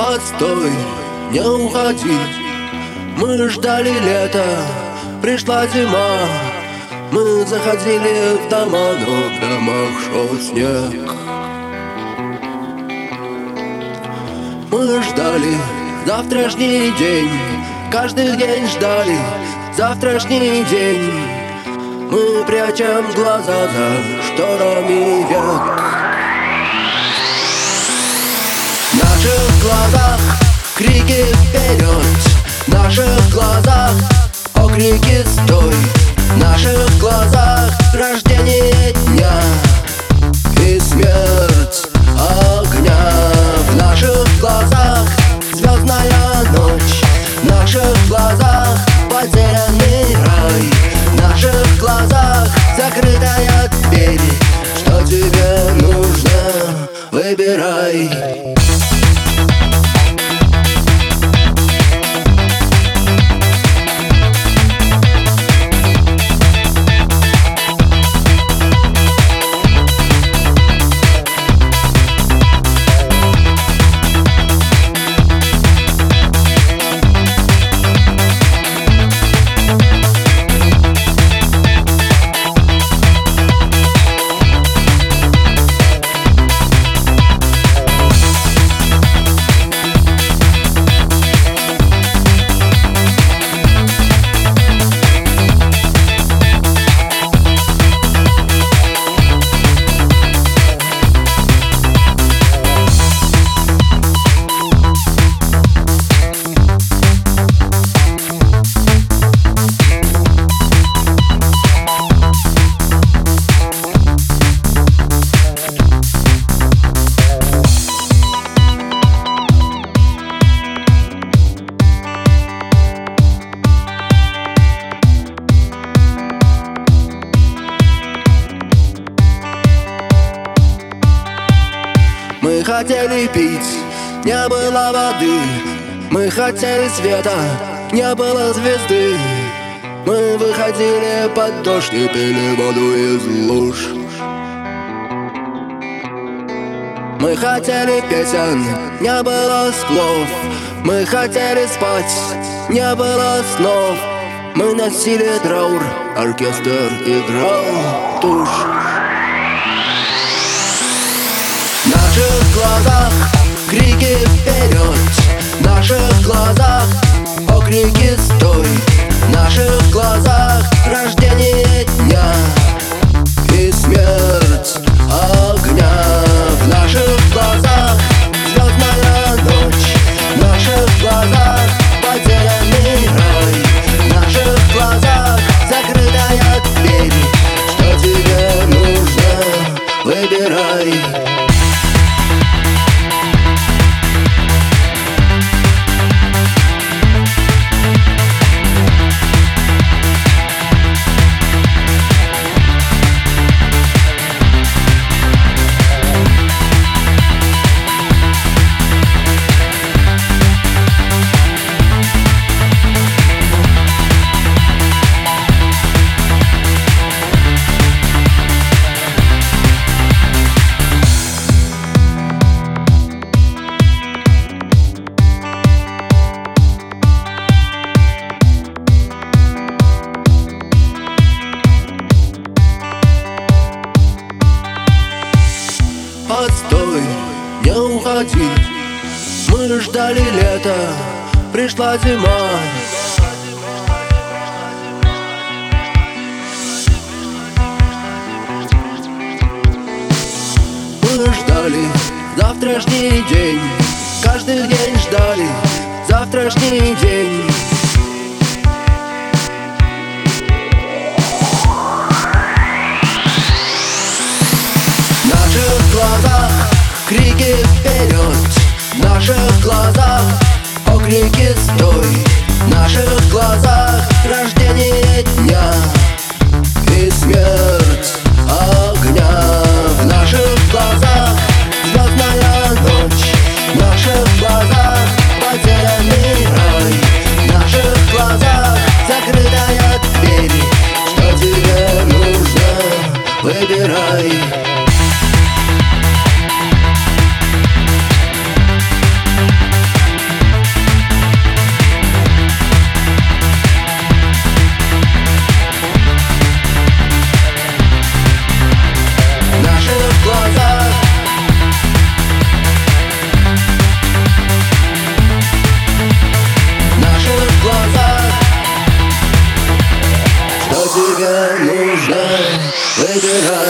Постой, не уходи. Мы ждали лета, пришла зима. Мы заходили в дома, но в домах шел снег. Мы ждали завтрашний день, каждый день ждали завтрашний день. Мы прячем глаза за шторами век. В наших глазах крики вперед, в наших глазах окрики стой, в наших глазах рождение дня и смерть огня. В наших глазах звездная ночь, в наших глазах потерянный рай, в наших глазах закрытая дверь. Что тебе нужно, выбирай. Мы хотели пить, не было воды. Мы хотели света, не было звезды. Мы выходили под дождь и пили воду из луж. Мы хотели песен, не было слов. Мы хотели спать, не было снов. Мы носили траур, оркестр играл тушь. В наших глазах крики вперед, в наших глазах окрики стой, в наших глазах рождение дня и смерть огня. В наших глазах звездная ночь, в наших глазах потерянный рай, в наших глазах закрытая дверь. Что тебе нужно, выбирай. Постой, не уходи. Мы ждали лета, пришла зима. Мы ждали завтрашний день, каждый день ждали завтрашний день. В наших глазах крики вперед, в наших глазах окрики стой, в наших глазах рождение дня и смерть огня. В наших глазах звездная ночь, в наших глазах потерянный рай, в наших глазах закрытая дверь. Что тебе нужно, выбирай. тебя.